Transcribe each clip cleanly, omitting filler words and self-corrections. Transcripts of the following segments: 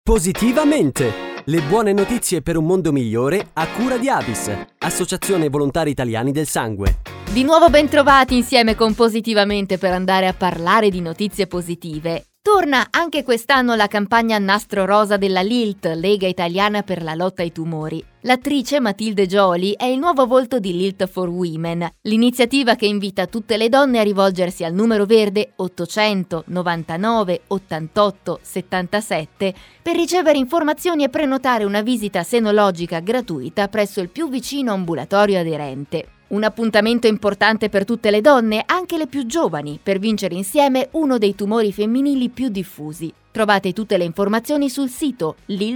Positivamente! Le buone notizie per un mondo migliore a cura di Avis, Associazione Volontari Italiani del Sangue. Di nuovo ben trovati insieme con Positivamente per andare a parlare di notizie positive. Torna anche quest'anno la campagna Nastro Rosa della LILT, Lega Italiana per la lotta ai tumori. L'attrice Matilde Joli è il nuovo volto di LILT for Women, l'iniziativa che invita tutte le donne a rivolgersi al numero verde 800 99 88 77 per ricevere informazioni e prenotare una visita senologica gratuita presso il più vicino ambulatorio aderente. Un appuntamento importante per tutte le donne, anche le più giovani, per vincere insieme uno dei tumori femminili più diffusi. Trovate tutte le informazioni sul sito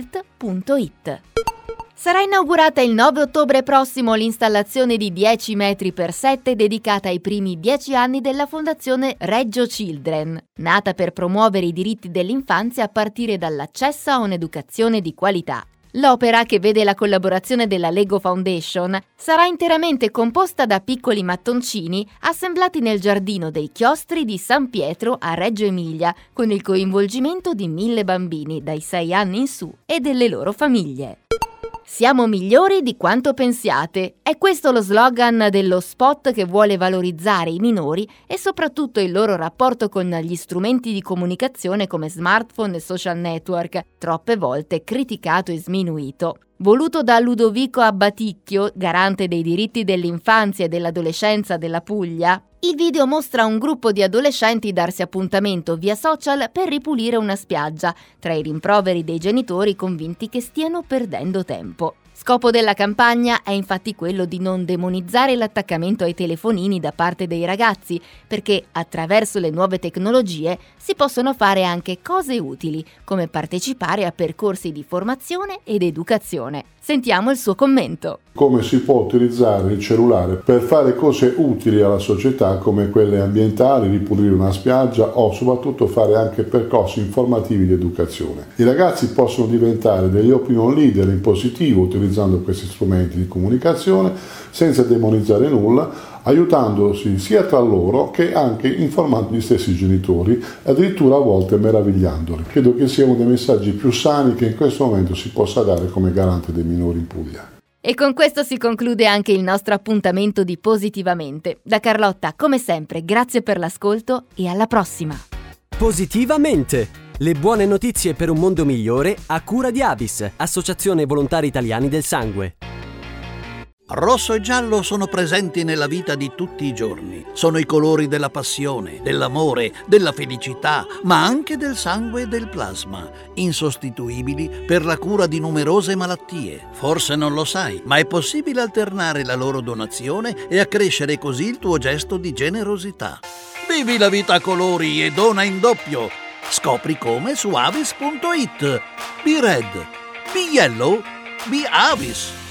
lilt.it. Sarà inaugurata il 9 ottobre prossimo l'installazione di 10 metri per 7 dedicata ai primi 10 anni della Fondazione Reggio Children, nata per promuovere i diritti dell'infanzia a partire dall'accesso a un'educazione di qualità. L'opera, che vede la collaborazione della Lego Foundation, sarà interamente composta da piccoli mattoncini assemblati nel giardino dei chiostri di San Pietro a Reggio Emilia, con il coinvolgimento di 1000 bambini dai 6 anni in su e delle loro famiglie. Siamo migliori di quanto pensiate. È questo lo slogan dello spot che vuole valorizzare i minori e soprattutto il loro rapporto con gli strumenti di comunicazione come smartphone e social network, troppe volte criticato e sminuito. Voluto da Ludovico Abbaticchio, garante dei diritti dell'infanzia e dell'adolescenza della Puglia, il video mostra un gruppo di adolescenti darsi appuntamento via social per ripulire una spiaggia, tra i rimproveri dei genitori convinti che stiano perdendo tempo. Scopo della campagna è infatti quello di non demonizzare l'attaccamento ai telefonini da parte dei ragazzi, perché attraverso le nuove tecnologie si possono fare anche cose utili, come partecipare a percorsi di formazione ed educazione. Sentiamo il suo commento. Come si può utilizzare il cellulare per fare cose utili alla società come quelle ambientali, ripulire una spiaggia o soprattutto fare anche percorsi informativi di educazione. I ragazzi possono diventare degli opinion leader in positivo utilizzando questi strumenti di comunicazione senza demonizzare nulla, aiutandosi sia tra loro che anche informando gli stessi genitori, addirittura a volte meravigliandoli. Credo che sia uno dei messaggi più sani che in questo momento si possa dare come garante dei minori in Puglia. E con questo si conclude anche il nostro appuntamento di Positivamente. Da Carlotta, come sempre, grazie per l'ascolto e alla prossima! Positivamente! Le buone notizie per un mondo migliore a cura di Avis, Associazione Volontari Italiani del Sangue. Rosso e giallo sono presenti nella vita di tutti i giorni. Sono i colori della passione, dell'amore, della felicità, ma anche del sangue e del plasma, insostituibili per la cura di numerose malattie. Forse non lo sai, ma è possibile alternare la loro donazione e accrescere così il tuo gesto di generosità. Vivi la vita a colori e dona in doppio. Scopri come su avis.it. Be red, be yellow, be Avis.